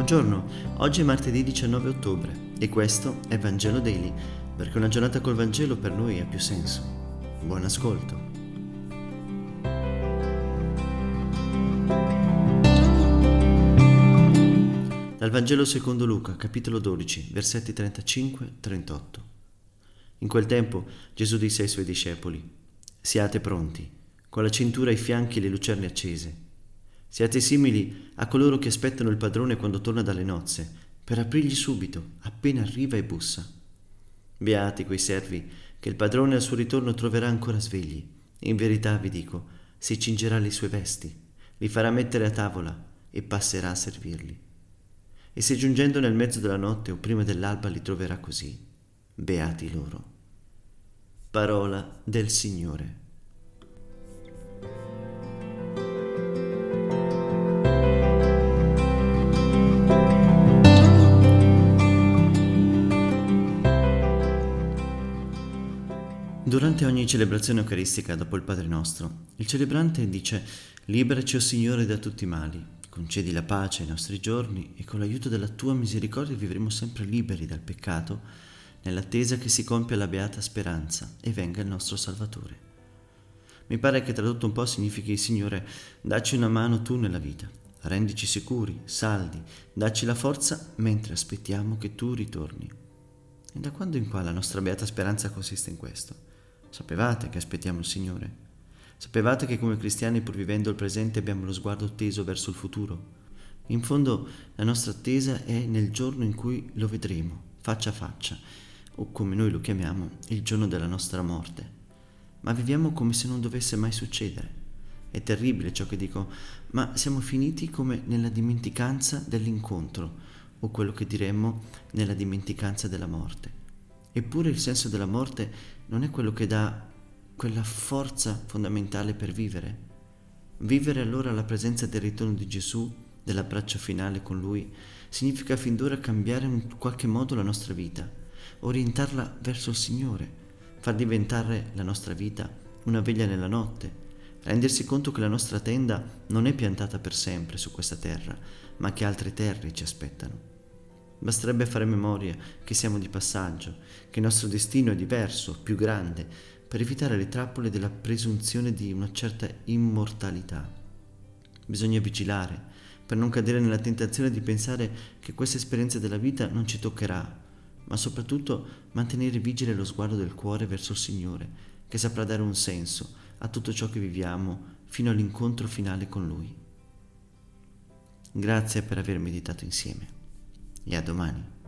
Buongiorno, oggi è martedì 19 ottobre e questo è Vangelo Daily, perché una giornata col Vangelo per noi ha più senso. Buon ascolto. Dal Vangelo secondo Luca, capitolo 12, versetti 35-38. In quel tempo Gesù disse ai suoi discepoli: Siate pronti, con la cintura ai fianchi e le lucerne accese. Siate simili a coloro che aspettano il padrone quando torna dalle nozze, per aprirgli subito, appena arriva e bussa. Beati quei servi che il padrone al suo ritorno troverà ancora svegli. In verità vi dico, si cingerà le sue vesti, li farà mettere a tavola e passerà a servirli. E se giungendo nel mezzo della notte o prima dell'alba li troverà così, beati loro. Parola del Signore. Durante ogni celebrazione eucaristica dopo il Padre Nostro, il celebrante dice: Liberaci, o Signore, da tutti i mali, concedi la pace ai nostri giorni e con l'aiuto della tua misericordia vivremo sempre liberi dal peccato, nell'attesa che si compia la beata speranza e venga il nostro Salvatore. Mi pare che tradotto un po' significhi: Signore, dacci una mano tu nella vita, rendici sicuri, saldi, dacci la forza mentre aspettiamo che tu ritorni. E da quando in qua la nostra beata speranza consiste in questo? Sapevate che aspettiamo il Signore? Sapevate che come cristiani, pur vivendo il presente, abbiamo lo sguardo teso verso il futuro? In fondo la nostra attesa è nel giorno in cui lo vedremo, faccia a faccia, o come noi lo chiamiamo, il giorno della nostra morte. Ma viviamo come se non dovesse mai succedere. È terribile ciò che dico, ma siamo finiti come nella dimenticanza dell'incontro, o quello che diremmo nella dimenticanza della morte. Eppure il senso della morte non è quello che dà quella forza fondamentale per vivere. Vivere allora alla presenza del ritorno di Gesù, dell'abbraccio finale con Lui, significa fin d'ora cambiare in qualche modo la nostra vita, orientarla verso il Signore, far diventare la nostra vita una veglia nella notte, rendersi conto che la nostra tenda non è piantata per sempre su questa terra, ma che altre terre ci aspettano. Basterebbe fare memoria che siamo di passaggio, che il nostro destino è diverso, più grande, per evitare le trappole della presunzione di una certa immortalità. Bisogna vigilare per non cadere nella tentazione di pensare che questa esperienza della vita non ci toccherà, ma soprattutto mantenere vigile lo sguardo del cuore verso il Signore, che saprà dare un senso a tutto ciò che viviamo fino all'incontro finale con Lui. Grazie per aver meditato insieme. E a domani.